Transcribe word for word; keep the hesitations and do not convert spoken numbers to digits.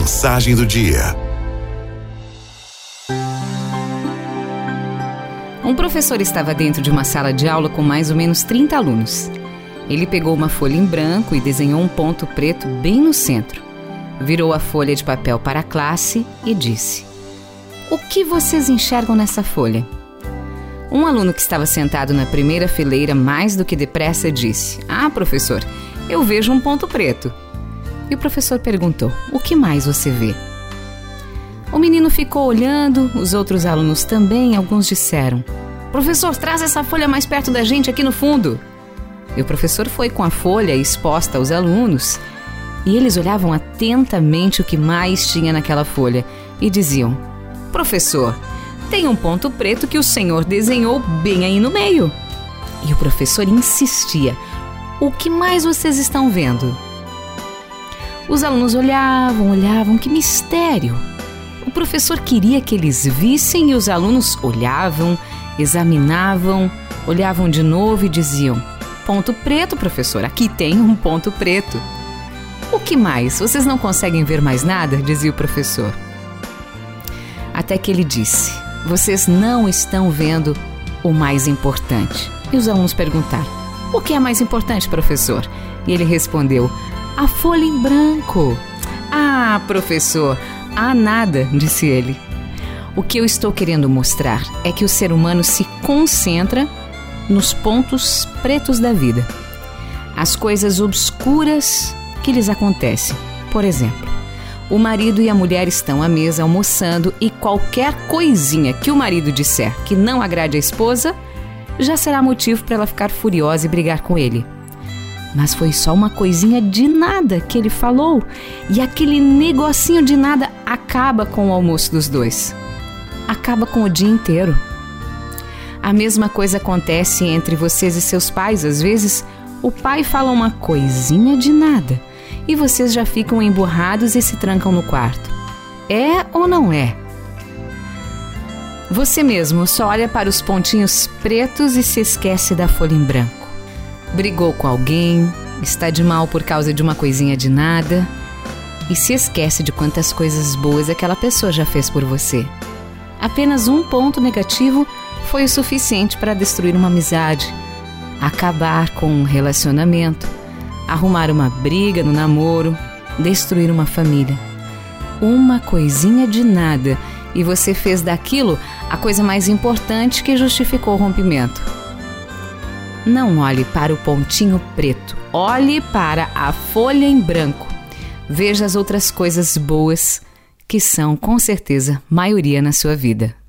mensagem do dia. Um professor estava dentro de uma sala de aula com mais ou menos trinta alunos. Ele pegou uma folha em branco e desenhou um ponto preto bem no centro. Virou a folha de papel para a classe e disse: "O que vocês enxergam nessa folha?" Um aluno que estava sentado na primeira fileira mais do que depressa disse: "Ah, professor, eu vejo um ponto preto." E o professor perguntou: "O que mais você vê?" O menino ficou olhando, os outros alunos também, alguns disseram: "Professor, traz essa folha mais perto da gente aqui no fundo." E o professor foi com a folha exposta aos alunos e eles olhavam atentamente o que mais tinha naquela folha e diziam: "Professor, tem um ponto preto que o senhor desenhou bem aí no meio." E o professor insistia: "O que mais vocês estão vendo?" Os alunos olhavam, olhavam, que mistério! O professor queria que eles vissem e os alunos olhavam, examinavam, olhavam de novo e diziam: "Ponto preto, professor, aqui tem um ponto preto." "O que mais? Vocês não conseguem ver mais nada?" dizia o professor. Até que ele disse: "Vocês não estão vendo o mais importante." E os alunos perguntaram: "O que é mais importante, professor?" E ele respondeu: "A folha em branco." "Ah, professor, há nada", disse ele. "O que eu estou querendo mostrar é que o ser humano se concentra nos pontos pretos da vida. As coisas obscuras que lhes acontecem. Por exemplo, o marido e a mulher estão à mesa almoçando e qualquer coisinha que o marido disser que não agrade a esposa já será motivo para ela ficar furiosa e brigar com ele. Mas foi só uma coisinha de nada que ele falou e aquele negocinho de nada acaba com o almoço dos dois. Acaba com o dia inteiro. A mesma coisa acontece entre vocês e seus pais. Às vezes, o pai fala uma coisinha de nada e vocês já ficam emburrados e se trancam no quarto. É ou não é? Você mesmo só olha para os pontinhos pretos e se esquece da folha em branco. Brigou com alguém, está de mal por causa de uma coisinha de nada e se esquece de quantas coisas boas aquela pessoa já fez por você. Apenas um ponto negativo foi o suficiente para destruir uma amizade, acabar com um relacionamento, arrumar uma briga no namoro, destruir uma família. Uma coisinha de nada e você fez daquilo a coisa mais importante que justificou o rompimento. Não olhe para o pontinho preto, olhe para a folha em branco. Veja as outras coisas boas que são, com certeza, maioria na sua vida.